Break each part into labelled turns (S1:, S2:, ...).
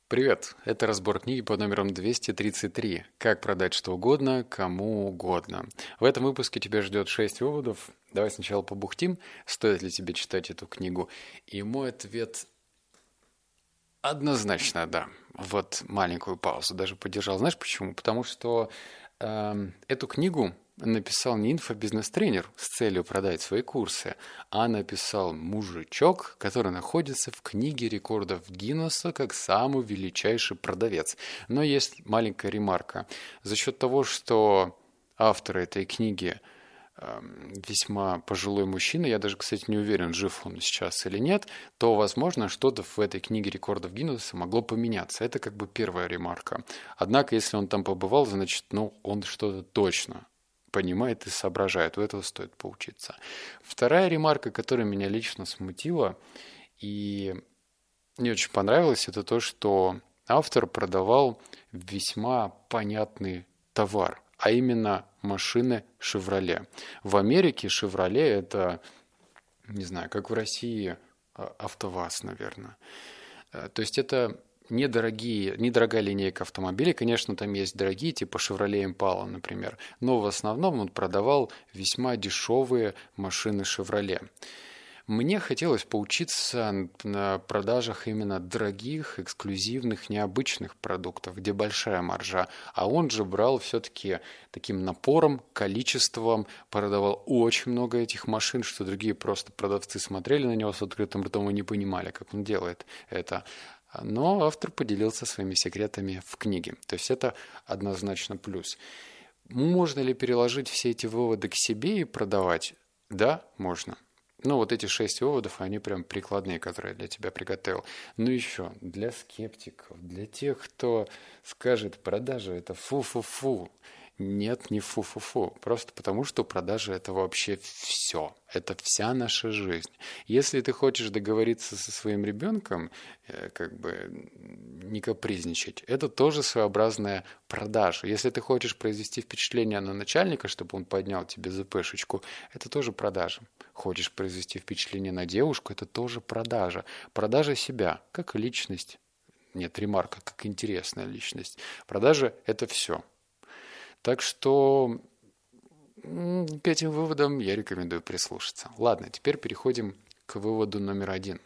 S1: Привет! Это разбор книги под номером 233. Как продать что угодно, кому угодно. В этом выпуске тебя ждет 6 выводов. Давай сначала побухтим, стоит ли тебе читать эту книгу. И мой ответ однозначно да. Вот маленькую паузу даже поддержал. Знаешь почему? Потому что эту книгу написал не инфобизнес-тренер с целью продать свои курсы, а написал мужичок, который находится в книге рекордов Гиннесса как самый величайший продавец. Но есть маленькая ремарка. За счет того, что автор этой книги весьма пожилой мужчина, я даже, кстати, не уверен, жив он сейчас или нет, то, возможно, что-то в этой книге рекордов Гиннесса могло поменяться. Это как бы первая ремарка. Однако, если он там побывал, значит, он что-то точно понимает и соображает. У этого стоит поучиться. Вторая ремарка, которая меня лично смутила и не очень понравилась, это то, что автор продавал весьма понятный товар, а именно машины «Шевроле». В Америке «Шевроле» — это, не знаю, как в России «АвтоВАЗ», наверное. То есть это недорогая линейка автомобилей. Конечно, там есть дорогие, типа Chevrolet Impala, например. Но в основном он продавал весьма дешевые машины Chevrolet. Мне хотелось поучиться на продажах именно дорогих, эксклюзивных, необычных продуктов, где большая маржа. А он же брал все-таки таким напором, количеством, продавал очень много этих машин, что другие просто продавцы смотрели на него с открытым ртом и не понимали, как он делает это. Но автор поделился своими секретами в книге. То есть это однозначно плюс. Можно ли переложить все эти выводы к себе и продавать? Да, можно. Ну, вот эти 6 выводов, они прям прикладные, которые я для тебя приготовил. Ну, еще, для скептиков, для тех, кто скажет, продажа – это фу-фу-фу. Нет, не фу-фу-фу. Просто потому, что продажа – это вообще все. Это вся наша жизнь. Если ты хочешь договориться со своим ребенком, как бы не капризничать, это тоже своеобразная продажа. Если ты хочешь произвести впечатление на начальника, чтобы он поднял тебе ЗПшечку, это тоже продажа. Хочешь произвести впечатление на девушку, это тоже продажа. Продажа себя, как личность. Нет, ремарка, как интересная личность. Продажа – это все. Так что к этим выводам я рекомендую прислушаться. Ладно, теперь переходим к выводу номер 1.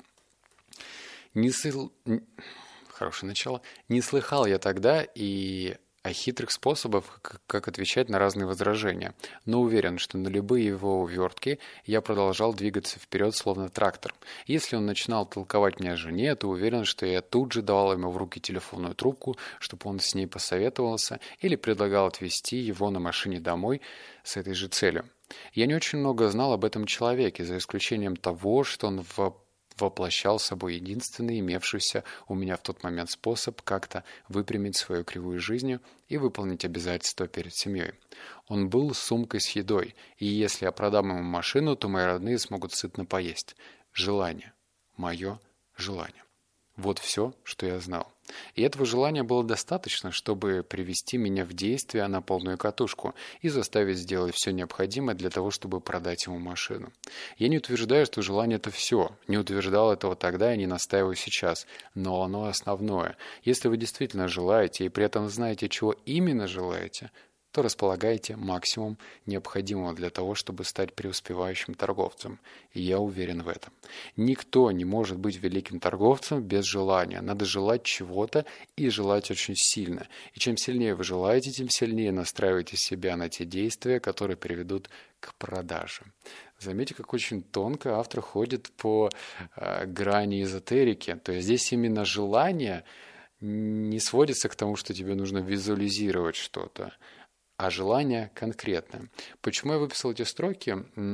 S1: Хорошее начало. Не слыхал я тогда и о хитрых способах, как отвечать на разные возражения, но уверен, что на любые его увертки я продолжал двигаться вперед, словно трактор. Если он начинал толковать мне о жене, то уверен, что я тут же давал ему в руки телефонную трубку, чтобы он с ней посоветовался, или предлагал отвезти его на машине домой с этой же целью. Я не очень много знал об этом человеке, за исключением того, что он воплощал собой единственный имевшийся у меня в тот момент способ как-то выпрямить свою кривую жизнь и выполнить обязательства перед семьей. Он был сумкой с едой, и если я продам ему машину, то мои родные смогут сытно поесть. Желание. Мое желание. Вот все, что я знал. И этого желания было достаточно, чтобы привести меня в действие на полную катушку и заставить сделать все необходимое для того, чтобы продать ему машину. Я не утверждаю, что желание – это все. Не утверждал этого тогда и не настаиваю сейчас. Но оно основное. Если вы действительно желаете и при этом знаете, чего именно желаете, то располагаете максимум необходимого для того, чтобы стать преуспевающим торговцем. И я уверен в этом. Никто не может быть великим торговцем без желания. Надо желать чего-то и желать очень сильно. И чем сильнее вы желаете, тем сильнее настраиваете себя на те действия, которые приведут к продаже. Заметьте, как очень тонко автор ходит по грани эзотерики. То есть здесь именно желание не сводится к тому, что тебе нужно визуализировать что-то, а желание конкретное. Почему я выписал эти строки?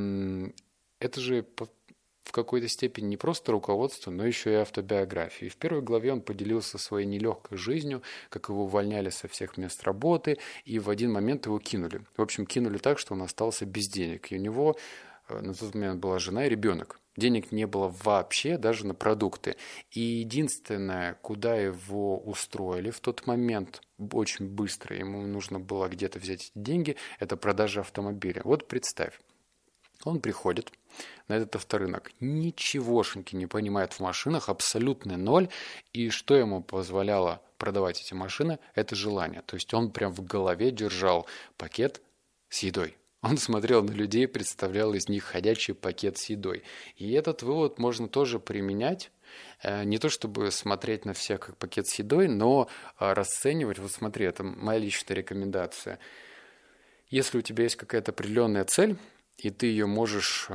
S1: Это же в какой-то степени не просто руководство, но еще и автобиография. И в первой главе он поделился своей нелегкой жизнью, как его увольняли со всех мест работы, и в один момент его кинули. В общем, кинули так, что он остался без денег. И у него на тот момент была жена и ребенок. Денег не было вообще, даже на продукты. И единственное, куда его устроили в тот момент, очень быстро, ему нужно было где-то взять эти деньги, это продажа автомобиля. Вот представь, он приходит, на этот авторынок, ничегошеньки не понимает в машинах, абсолютный ноль, и что ему позволяло продавать эти машины, это желание. То есть он прям в голове держал пакет с едой. Он смотрел на людей, представлял из них ходячий пакет с едой. И этот вывод можно тоже применять. Не то чтобы смотреть на всех как пакет с едой, но расценивать. Вот смотри, это моя личная рекомендация. Если у тебя есть какая-то определенная цель, и ты ее можешь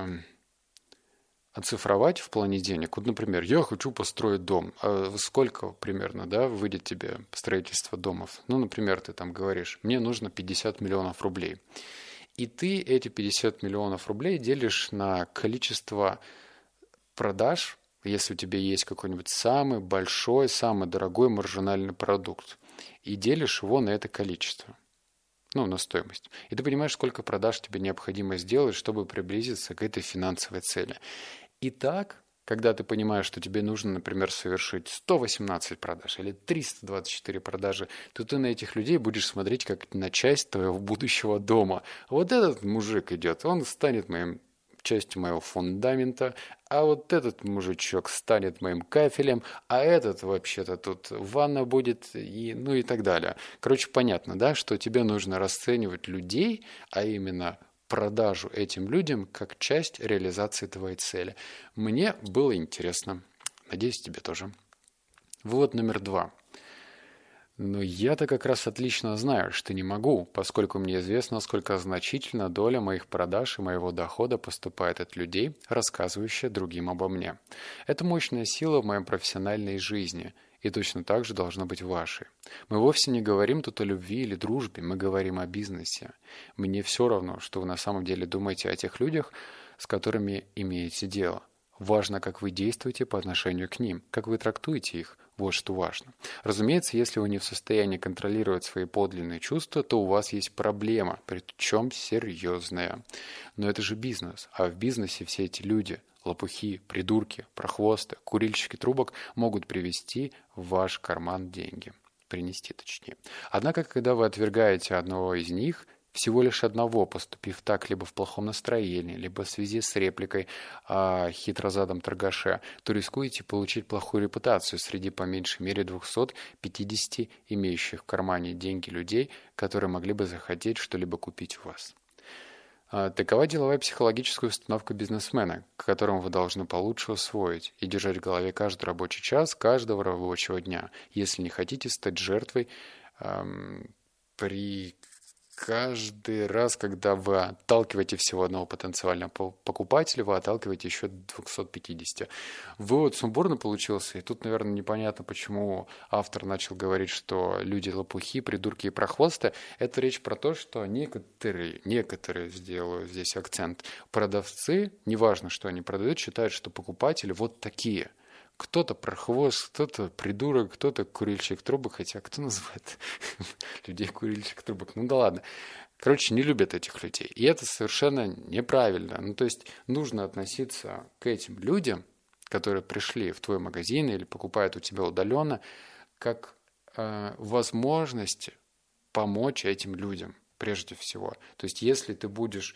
S1: оцифровать в плане денег. Вот, например, я хочу построить дом. А сколько примерно, да, выйдет тебе строительство домов? Ну, например, ты там говоришь, мне нужно 50 миллионов рублей. И ты эти 50 миллионов рублей делишь на количество продаж, если у тебя есть какой-нибудь самый большой, самый дорогой маржинальный продукт, и делишь его на это количество, на стоимость. И ты понимаешь, сколько продаж тебе необходимо сделать, чтобы приблизиться к этой финансовой цели. И так, когда ты понимаешь, что тебе нужно, например, совершить 118 продаж или 324 продажи, то ты на этих людей будешь смотреть как на часть твоего будущего дома. Вот этот мужик идет, он станет частью моего фундамента, а вот этот мужичок станет моим кафелем, а этот вообще-то тут ванна будет, и так далее. Короче, понятно, да, что тебе нужно расценивать людей, а именно продажу этим людям как часть реализации твоей цели. Мне было интересно. Надеюсь, тебе тоже. Вывод номер 2. Но я-то как раз отлично знаю, что не могу, поскольку мне известно, сколько значительна доля моих продаж и моего дохода поступает от людей, рассказывающих другим обо мне. Это мощная сила в моей профессиональной жизни, и точно так же должно быть в вашей. Мы вовсе не говорим тут о любви или дружбе, мы говорим о бизнесе. Мне все равно, что вы на самом деле думаете о тех людях, с которыми имеете дело. Важно, как вы действуете по отношению к ним, как вы трактуете их. Вот что важно. Разумеется, если вы не в состоянии контролировать свои подлинные чувства, то у вас есть проблема, причем серьезная. Но это же бизнес, а в бизнесе все эти люди, лопухи, придурки, прохвосты, курильщики трубок могут привести в ваш карман деньги. Принести точнее. Однако, когда вы отвергаете одного из них, всего лишь одного, поступив так либо в плохом настроении, либо в связи с репликой о хитрозадом торгаше, то рискуете получить плохую репутацию среди по меньшей мере 250 имеющих в кармане деньги людей, которые могли бы захотеть что-либо купить у вас. Такова деловая психологическая установка бизнесмена, к которому вы должны получше усвоить и держать в голове каждый рабочий час каждого рабочего дня, если не хотите стать жертвой при каждый раз, когда вы отталкиваете всего одного потенциального покупателя, вы отталкиваете еще 250. Вывод сумбурно получился, и тут, наверное, непонятно, почему автор начал говорить, что люди лопухи, придурки и прохвосты. Это речь про то, что некоторые, сделаю здесь акцент, продавцы, неважно, что они продают, считают, что покупатели вот такие. Кто-то прохвост, кто-то придурок, кто-то курильщик трубок, хотя кто называет людей курильщик трубок? Ну да ладно. Короче, не любят этих людей. И это совершенно неправильно. То есть нужно относиться к этим людям, которые пришли в твой магазин или покупают у тебя удаленно, как возможности помочь этим людям прежде всего. То есть если ты будешь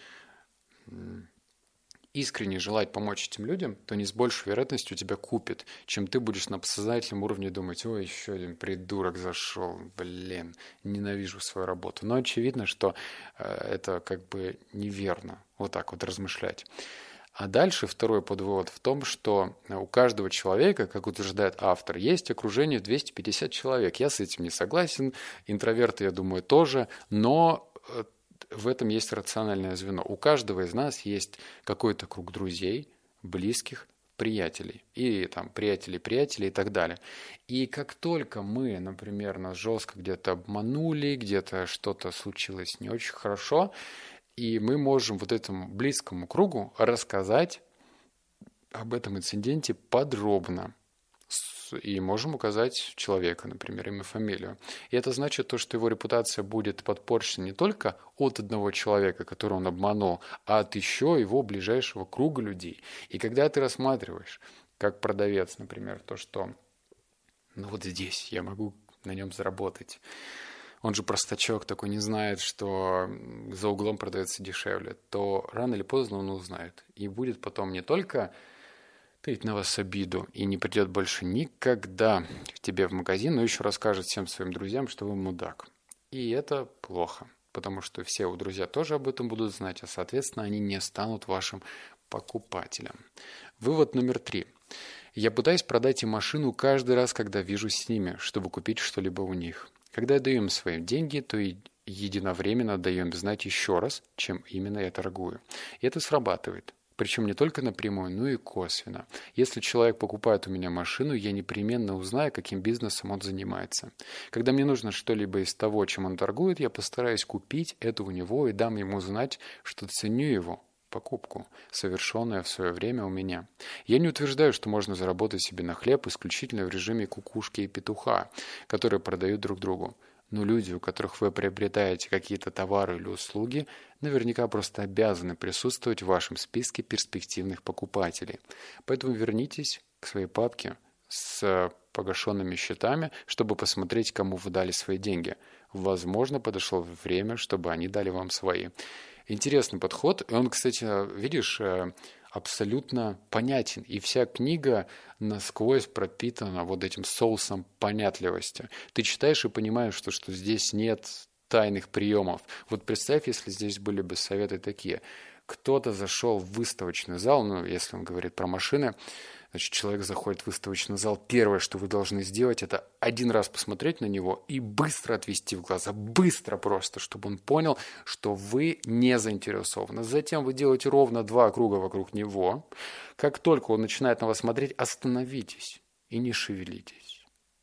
S1: искренне желать помочь этим людям, то не с большей вероятностью тебя купят, чем ты будешь на подсознательном уровне думать: ой, еще один придурок зашел, ненавижу свою работу. Но очевидно, что это как бы неверно вот так вот размышлять. А дальше второй подвывод в том, что у каждого человека, как утверждает автор, есть окружение в 250 человек. Я с этим не согласен, интроверты, я думаю, тоже, но в этом есть рациональное звено. У каждого из нас есть какой-то круг друзей, близких, приятелей. И там приятелей и так далее. И как только мы, например, нас жестко где-то обманули, где-то что-то случилось не очень хорошо, и мы можем вот этому близкому кругу рассказать об этом инциденте подробно. И можем указать человека, например, имя, фамилию. И это значит то, что его репутация будет подпорчена не только от одного человека, которого он обманул, а от еще его ближайшего круга людей. И когда ты рассматриваешь, как продавец, например, то, что вот здесь я могу на нем заработать он же простачок такой, не знает, что за углом продается дешевле, то рано или поздно он узнает. И будет потом не только таить на вас обиду и не придет больше никогда к тебе в магазин, но еще расскажет всем своим друзьям, что вы мудак. И это плохо, потому что все его друзья тоже об этом будут знать, а, соответственно, они не станут вашим покупателем. Вывод номер 3. Я пытаюсь продать им машину каждый раз, когда вижусь с ними, чтобы купить что-либо у них. Когда я даю им свои деньги, то и единовременно даю им знать еще раз, чем именно я торгую. И это срабатывает. Причем не только напрямую, но и косвенно. Если человек покупает у меня машину, я непременно узнаю, каким бизнесом он занимается. Когда мне нужно что-либо из того, чем он торгует, я постараюсь купить это у него и дам ему знать, что ценю его покупку, совершенную в свое время у меня. Я не утверждаю, что можно заработать себе на хлеб исключительно в режиме кукушки и петуха, которые продают друг другу. Но люди, у которых вы приобретаете какие-то товары или услуги, наверняка просто обязаны присутствовать в вашем списке перспективных покупателей. Поэтому вернитесь к своей папке с погашенными счетами, чтобы посмотреть, кому вы дали свои деньги. Возможно, подошло время, чтобы они дали вам свои. Интересный подход. И он, кстати, видишь, абсолютно понятен. И вся книга насквозь пропитана вот этим соусом понятливости. Ты читаешь и понимаешь, что здесь нет тайных приемов. Вот представь, если здесь были бы советы такие. Кто-то зашел в выставочный зал, ну, если он говорит про машины, значит, человек заходит в выставочный зал. Первое, что вы должны сделать, это один раз посмотреть на него и быстро отвести в глаза. Быстро просто, чтобы он понял, что вы не заинтересованы. Затем вы делаете ровно 2 круга вокруг него. Как только он начинает на вас смотреть, остановитесь и не шевелитесь.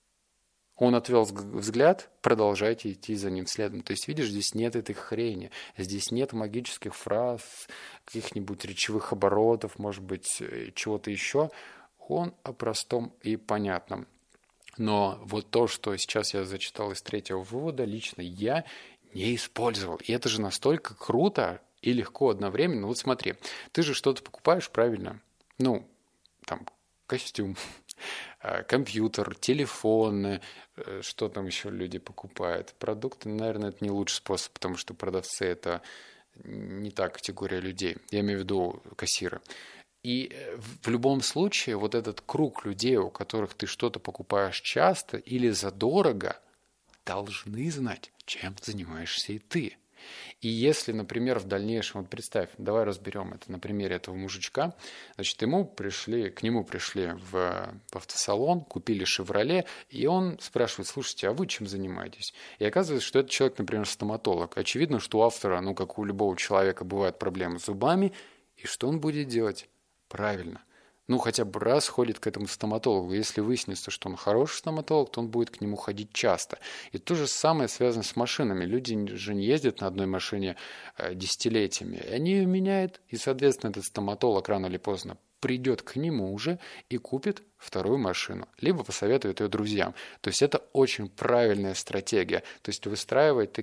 S1: Он отвел взгляд, продолжайте идти за ним следом. То есть, видишь, здесь нет этой хрени, здесь нет магических фраз, каких-нибудь речевых оборотов, может быть, чего-то еще. Он о простом и понятном. Но вот то, что сейчас я зачитал из 3-го вывода, лично я не использовал. И это же настолько круто и легко одновременно. Вот смотри, ты же что-то покупаешь, правильно? Ну, там, костюм, компьютер, телефон, что там еще люди покупают. Продукты, наверное, это не лучший способ, потому что продавцы – это не та категория людей. Я имею в виду кассиры. И в любом случае вот этот круг людей, у которых ты что-то покупаешь часто или задорого, должны знать, чем занимаешься и ты. И если, например, в дальнейшем, вот представь, давай разберем это на примере этого мужичка, значит, к нему пришли в автосалон, купили «Шевроле», и он спрашивает: слушайте, а вы чем занимаетесь? И оказывается, что этот человек, например, стоматолог. Очевидно, что у автора, ну, как у любого человека, бывают проблемы с зубами, и что он будет делать? Правильно. Ну, хотя бы раз ходит к этому стоматологу. Если выяснится, что он хороший стоматолог, то он будет к нему ходить часто. И то же самое связано с машинами. Люди же не ездят на одной машине десятилетиями. И они ее меняют. И, соответственно, этот стоматолог рано или поздно придет к нему уже и купит вторую машину. Либо посоветует ее друзьям. То есть это очень правильная стратегия. То есть выстраивать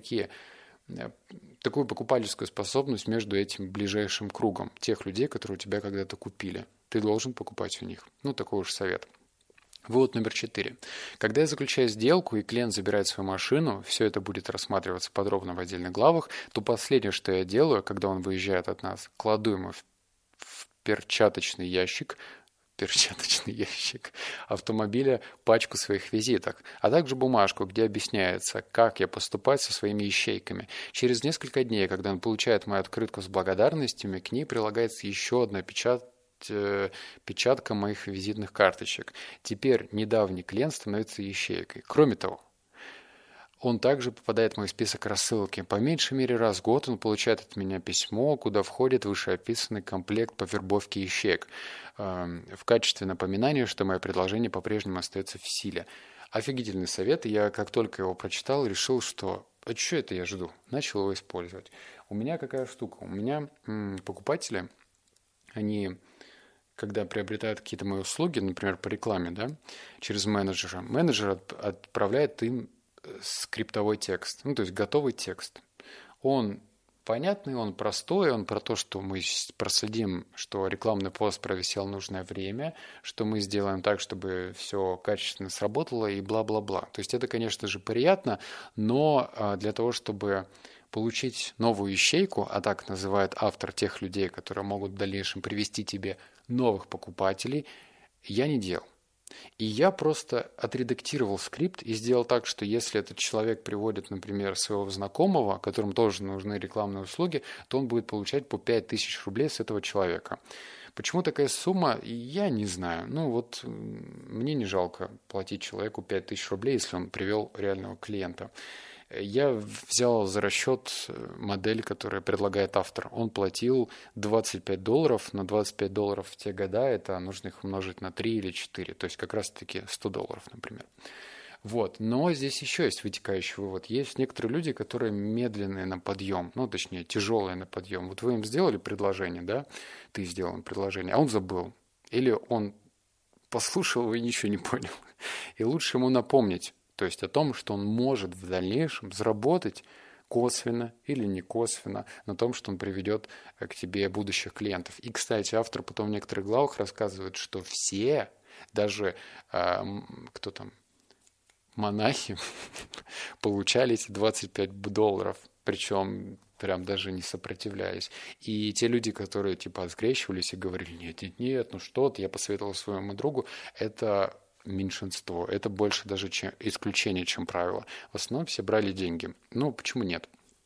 S1: такую покупательскую способность между этим ближайшим кругом тех людей, которые у тебя когда-то купили. Ты должен покупать у них. Ну, такой уж совет. Вывод номер 4. Когда я заключаю сделку и клиент забирает свою машину, все это будет рассматриваться подробно в отдельных главах, то последнее, что я делаю, когда он выезжает от нас, кладу ему в перчаточный ящик автомобиля пачку своих визиток, а также бумажку, где объясняется, как я поступать со своими ищейками. Через несколько дней, когда он получает мою открытку с благодарностями, к ней прилагается еще одна печатка моих визитных карточек. Теперь недавний клиент становится ищейкой. Кроме того, он также попадает в мой список рассылки. По меньшей мере раз в год он получает от меня письмо, куда входит вышеописанный комплект по вербовке ищеек в качестве напоминания, что мое предложение по-прежнему остается в силе. Офигительный совет. И я, как только его прочитал, решил, что а что это я жду? Начал его использовать. У меня какая штука? У меня покупатели, они, когда приобретают какие-то мои услуги, например, по рекламе, да, через менеджера, менеджер отправляет им скриптовой текст, ну, то есть готовый текст. Он понятный, он простой, он про то, что мы проследим, что рекламный пост провисел нужное время, что мы сделаем так, чтобы все качественно сработало и бла-бла-бла. То есть это, конечно же, приятно, но для того, чтобы получить новую ищейку, а так называет автор тех людей, которые могут в дальнейшем привести тебе новых покупателей, я не делал. И я просто отредактировал скрипт и сделал так, что если этот человек приводит, например, своего знакомого, которому тоже нужны рекламные услуги, то он будет получать по 5000 рублей с этого человека. Почему такая сумма, я не знаю. Ну вот мне не жалко платить человеку 5000 рублей, если он привел реального клиента. Я взял за расчет модель, которую предлагает автор. Он платил $25, но $25 в те года, это нужно их умножить на 3 или 4, то есть как раз-таки $100, например. Вот. Но здесь еще есть вытекающий вывод. Есть некоторые люди, которые медленные на подъем, ну, точнее, тяжелые на подъем. Вот вы им сделали предложение, да, ты сделал им предложение, а он забыл. Или он послушал его и ничего не понял. И лучше ему напомнить. То есть о том, что он может в дальнейшем заработать косвенно или не косвенно на том, что он приведет к тебе будущих клиентов. И, кстати, автор потом в некоторых главах рассказывает, что все, даже кто там, монахи, получали эти $25, причем прям даже не сопротивляясь. И те люди, которые типа открещивались и говорили, нет, ну что ты, я посоветовал своему другу, это меньшинство. Это больше даже исключение, чем правило. В основном все брали деньги. Ну, почему нет?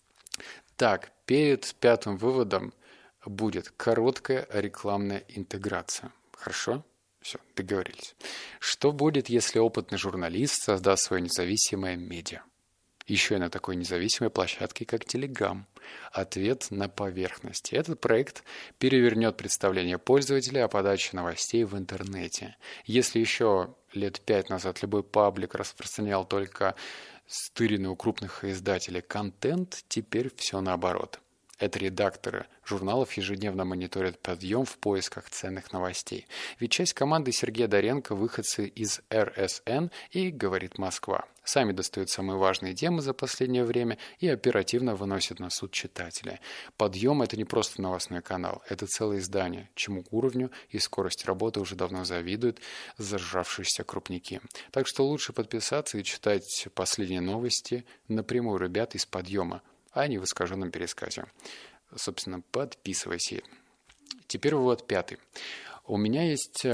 S1: Так, перед пятым выводом будет короткая рекламная интеграция. Хорошо? Все, договорились. Что будет, если опытный журналист создаст свое независимое медиа? Еще и на такой независимой площадке, как Telegram. Ответ на поверхности. Этот проект перевернет представление пользователя о подаче новостей в интернете. Если еще лет 5 назад любой паблик распространял только стыренный у крупных издателей контент, теперь все наоборот. Это редакторы журналов ежедневно мониторят подъем в поисках ценных новостей. Ведь часть команды Сергея Доренко – выходцы из РСН и «Говорит Москва». Сами достают самые важные темы за последнее время и оперативно выносят на суд читателя. «Подъем» – это не просто новостной канал, это целое издание, чему уровню и скорости работы уже давно завидуют зажравшиеся крупники. Так что лучше подписаться и читать последние новости напрямую ребят из «Подъема», а не в искаженном пересказе. Собственно, подписывайся. Теперь вывод пятый. У меня есть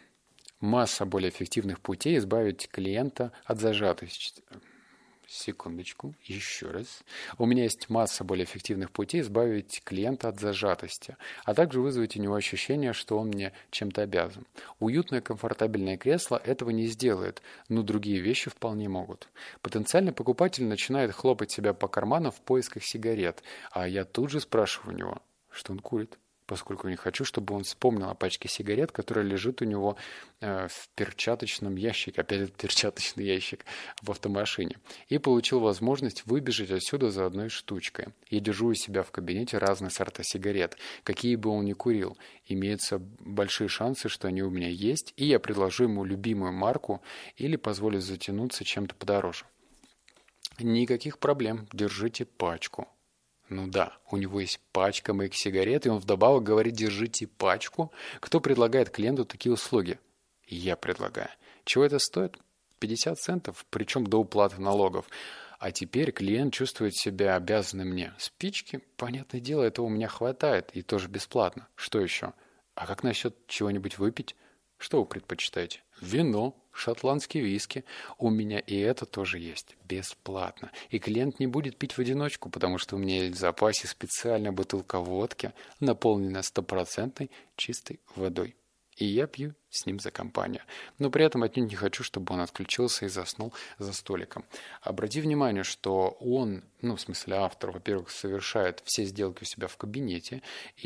S1: масса более эффективных путей избавить клиента от зажатости. Секундочку, еще раз. У меня есть масса более эффективных путей избавить клиента от зажатости, а также вызвать у него ощущение, что он мне чем-то обязан. Уютное, комфортабельное кресло этого не сделает, но другие вещи вполне могут. Потенциальный покупатель начинает хлопать себя по карманам в поисках сигарет, а я тут же спрашиваю у него, что он курит, поскольку не хочу, чтобы он вспомнил о пачке сигарет, которая лежит у него в перчаточном ящике, опять этот перчаточный ящик в автомашине, и получил возможность выбежать отсюда за одной штучкой. Я держу у себя в кабинете разные сорта сигарет, какие бы он ни курил. Имеются большие шансы, что они у меня есть, и я предложу ему любимую марку или позволю затянуться чем-то подороже. Никаких проблем, держите пачку. Ну да, у него есть пачка моих сигарет, и он вдобавок говорит, держите пачку. Кто предлагает клиенту такие услуги? Я предлагаю. Чего это стоит? 50 центов, причем до уплаты налогов. А теперь клиент чувствует себя обязанным мне. Спички, понятное дело, этого у меня хватает, и тоже бесплатно. Что еще? А как насчет чего-нибудь выпить? Что вы предпочитаете? Вино, шотландские виски. У меня и это тоже есть. Бесплатно. И клиент не будет пить в одиночку, потому что у меня есть в запасе специальная бутылка водки, наполненная 100% чистой водой. И я пью с ним за компанию. Но при этом отнюдь не хочу, чтобы он отключился и заснул за столиком. Обрати внимание, что он, в смысле автор, во-первых, совершает все сделки у себя в кабинете.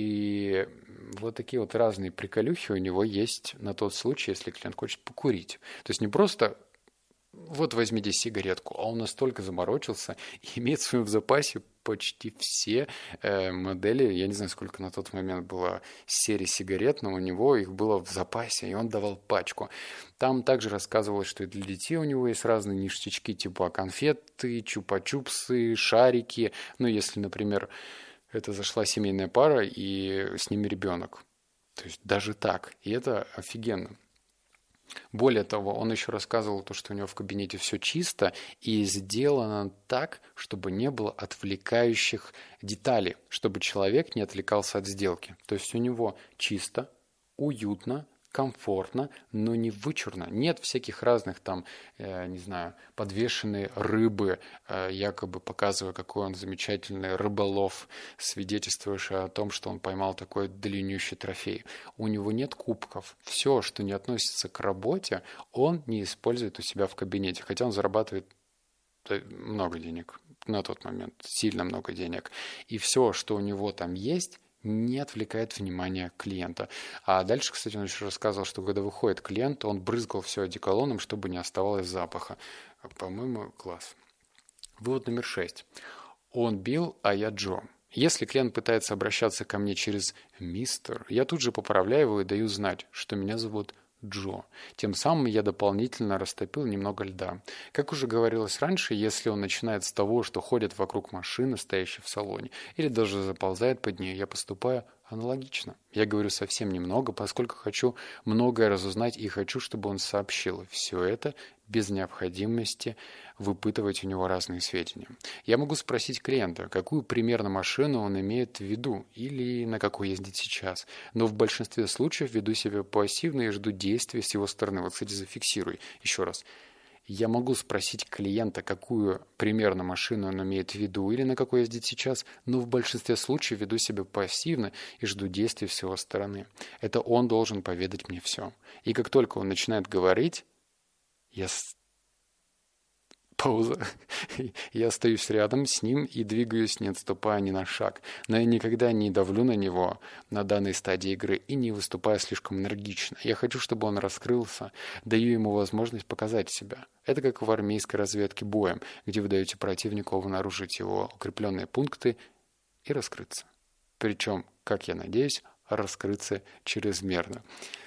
S1: И вот такие вот разные приколюхи у него есть на тот случай, если клиент хочет покурить. То есть не просто вот возьмите сигаретку, а он настолько заморочился и имеет в своем запасе почти все модели, я не знаю, сколько на тот момент было серий сигарет, но у него их было в запасе, и он давал пачку. Там также рассказывалось, что и для детей у него есть разные ништячки, типа конфеты, чупа-чупсы, шарики. Ну, если, например, Это зашла семейная пара, и с ними ребенок. То есть даже так. И это офигенно. Более того, он еще рассказывал то, что у него в кабинете все чисто и сделано так, чтобы не было отвлекающих деталей, чтобы человек не отвлекался от сделки. То есть у него чисто, уютно, комфортно, но не вычурно. Нет всяких разных там, не знаю, подвешенной рыбы, якобы показывая, какой он замечательный рыболов, свидетельствующий о том, что он поймал такой длиннющий трофей. У него нет кубков. Все, что не относится к работе, он не использует у себя в кабинете, хотя он зарабатывает много денег на тот момент, сильно много денег. И все, что у него там есть, не отвлекает внимание клиента. А дальше, кстати, он еще рассказывал, что когда выходит клиент, он брызгал все одеколоном, чтобы не оставалось запаха. По-моему, класс. Вывод номер 6. Он Билл, а я Джо. Если клиент пытается обращаться ко мне через «мистер», я тут же поправляю его и даю знать, что меня зовут Джо. Тем самым я дополнительно растопил немного льда. Как уже говорилось раньше, если он начинает с того, что ходит вокруг машины, стоящей в салоне, или даже заползает под нее, я поступаю аналогично. Я говорю совсем немного, поскольку хочу многое разузнать и хочу, чтобы он сообщил все это без необходимости выпытывать у него разные сведения. Я могу спросить клиента, какую примерно машину он имеет в виду или на какой ездит сейчас, но в большинстве случаев веду себя пассивно и жду действий с его стороны. Вот, кстати, зафиксируй еще раз. Я могу спросить клиента, какую примерно машину он имеет в виду или на какой ездит сейчас, но в большинстве случаев веду себя пассивно и жду действий с его стороны. Это он должен поведать мне все. И как только он начинает говорить, Пауза. Я остаюсь рядом с ним и двигаюсь, не отступая ни на шаг. Но я никогда не давлю на него на данной стадии игры и не выступаю слишком энергично. Я хочу, чтобы он раскрылся, даю ему возможность показать себя. Это как в армейской разведке боем, где вы даете противнику обнаружить его укрепленные пункты и раскрыться. Причем, как я надеюсь, раскрыться чрезмерно.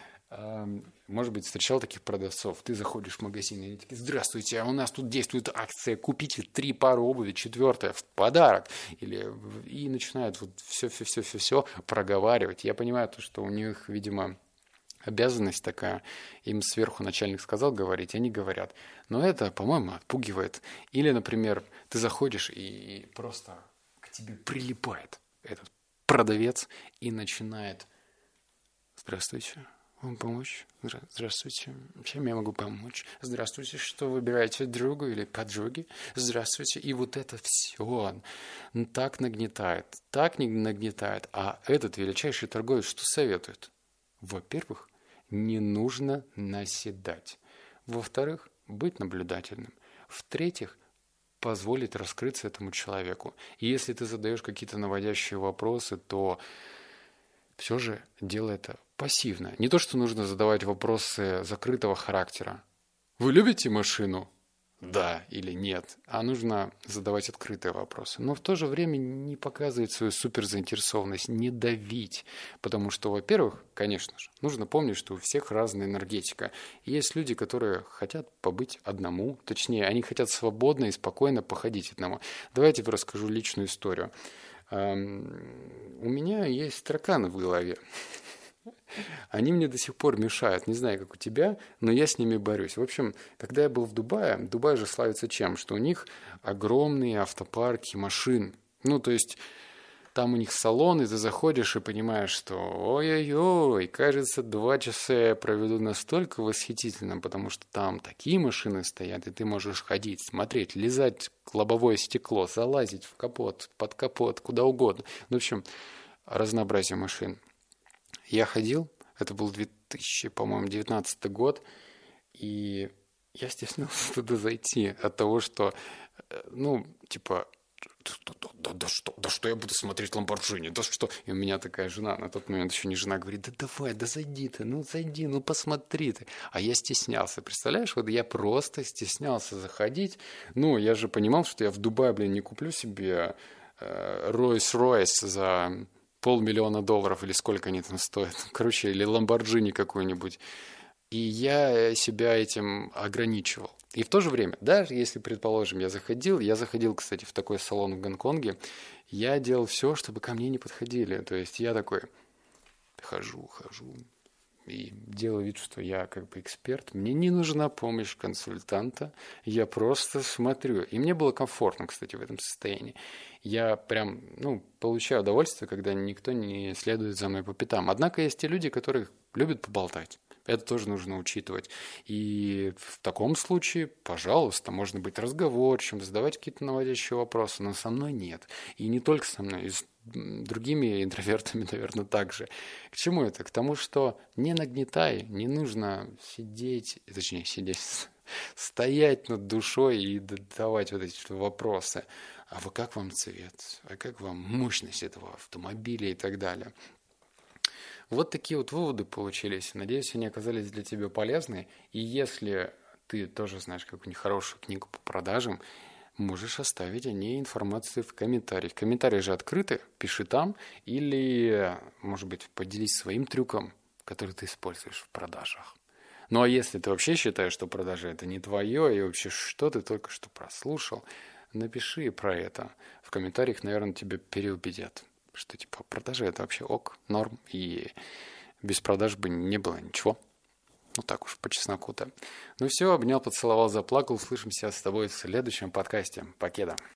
S1: Может быть, встречал таких продавцов. Ты заходишь в магазин, и они такие: здравствуйте, а у нас тут действует акция, купите 3 пары обуви, 4 в подарок. И начинают вот все проговаривать. Я понимаю, что у них, видимо, обязанность такая. Им сверху начальник сказал говорить, они говорят. Но это, по-моему, отпугивает. Или, например, ты заходишь, и просто к тебе прилипает этот продавец и начинает: здравствуйте. Вам помочь? Здравствуйте. Чем я могу помочь? Здравствуйте. Что выбираете, другу или подруги? Здравствуйте. И вот это все так нагнетает. А этот величайший торговец что советует? Во-первых, не нужно наседать. Во-вторых, быть наблюдательным. В-третьих, позволить раскрыться этому человеку. И если ты задаешь какие-то наводящие вопросы, то все же делай это пассивно. Не то, что нужно задавать вопросы закрытого характера. Вы любите машину? Да или нет. А нужно задавать открытые вопросы. Но в то же время не показывать свою суперзаинтересованность, не давить. Потому что, во-первых, конечно же, нужно помнить, что у всех разная энергетика. И есть люди, которые хотят побыть одному. Точнее, они хотят свободно и спокойно походить одному. Давайте я расскажу личную историю. У меня есть тараканы в голове. Они мне до сих пор мешают. Не знаю, как у тебя, но я с ними борюсь. В общем, когда я был в Дубае, Дубай же славится чем? Что у них огромные автопарки машин. Ну, то есть там у них салон, и ты заходишь и понимаешь, что ой-ой-ой, кажется, 2 часа я проведу настолько восхитительно, потому что там такие машины стоят, и ты можешь ходить, смотреть, лизать лобовое стекло, залазить в капот, под капот, куда угодно. Ну, в общем, разнообразие машин. Я ходил, это был 2019 год, и я стеснялся туда зайти от того, что, да что я буду смотреть Ламборджини, да что? И у меня такая жена, на тот момент еще не жена, говорит: да давай, да зайди ты, зайди, посмотри ты. А я стеснялся, представляешь, вот я просто стеснялся заходить. Я же понимал, что я в Дубае, не куплю себе Rolls-Royce за $500 000 или сколько они там стоят. Короче, или Ламборджини какую-нибудь. И я себя этим ограничивал. И в то же время, даже если, предположим, я заходил, кстати, в такой салон в Гонконге, я делал все, чтобы ко мне не подходили. То есть я такой хожу и делаю вид, что я как бы эксперт. Мне не нужна помощь консультанта, я просто смотрю. И мне было комфортно, кстати, в этом состоянии. Я прям, получаю удовольствие, когда никто не следует за мной по пятам. Однако есть те люди, которые любят поболтать. Это тоже нужно учитывать. И в таком случае, пожалуйста, можно быть разговорчивым, задавать какие-то наводящие вопросы, но со мной нет. И не только со мной, и с другими интровертами, наверное, также. К чему это? К тому, что не нагнетай, не нужно стоять над душой и давать вот эти вопросы. А вы как вам цвет? А как вам мощность этого автомобиля и так далее? Вот такие вот выводы получились. Надеюсь, они оказались для тебя полезны. И если ты тоже знаешь какую-нибудь хорошую книгу по продажам, можешь оставить о ней информацию в комментариях. Комментарии же открыты, пиши там. Или, может быть, поделись своим трюком, который ты используешь в продажах. Ну а если ты вообще считаешь, что продажи это не твое, и вообще что ты только что прослушал, напиши про это. В комментариях, наверное, тебя переубедят, что типа продажи это вообще ок, норм, и без продаж бы не было ничего. Ну так уж, по чесноку-то. Ну все, обнял, поцеловал, заплакал. Услышимся с тобой в следующем подкасте. Покеда.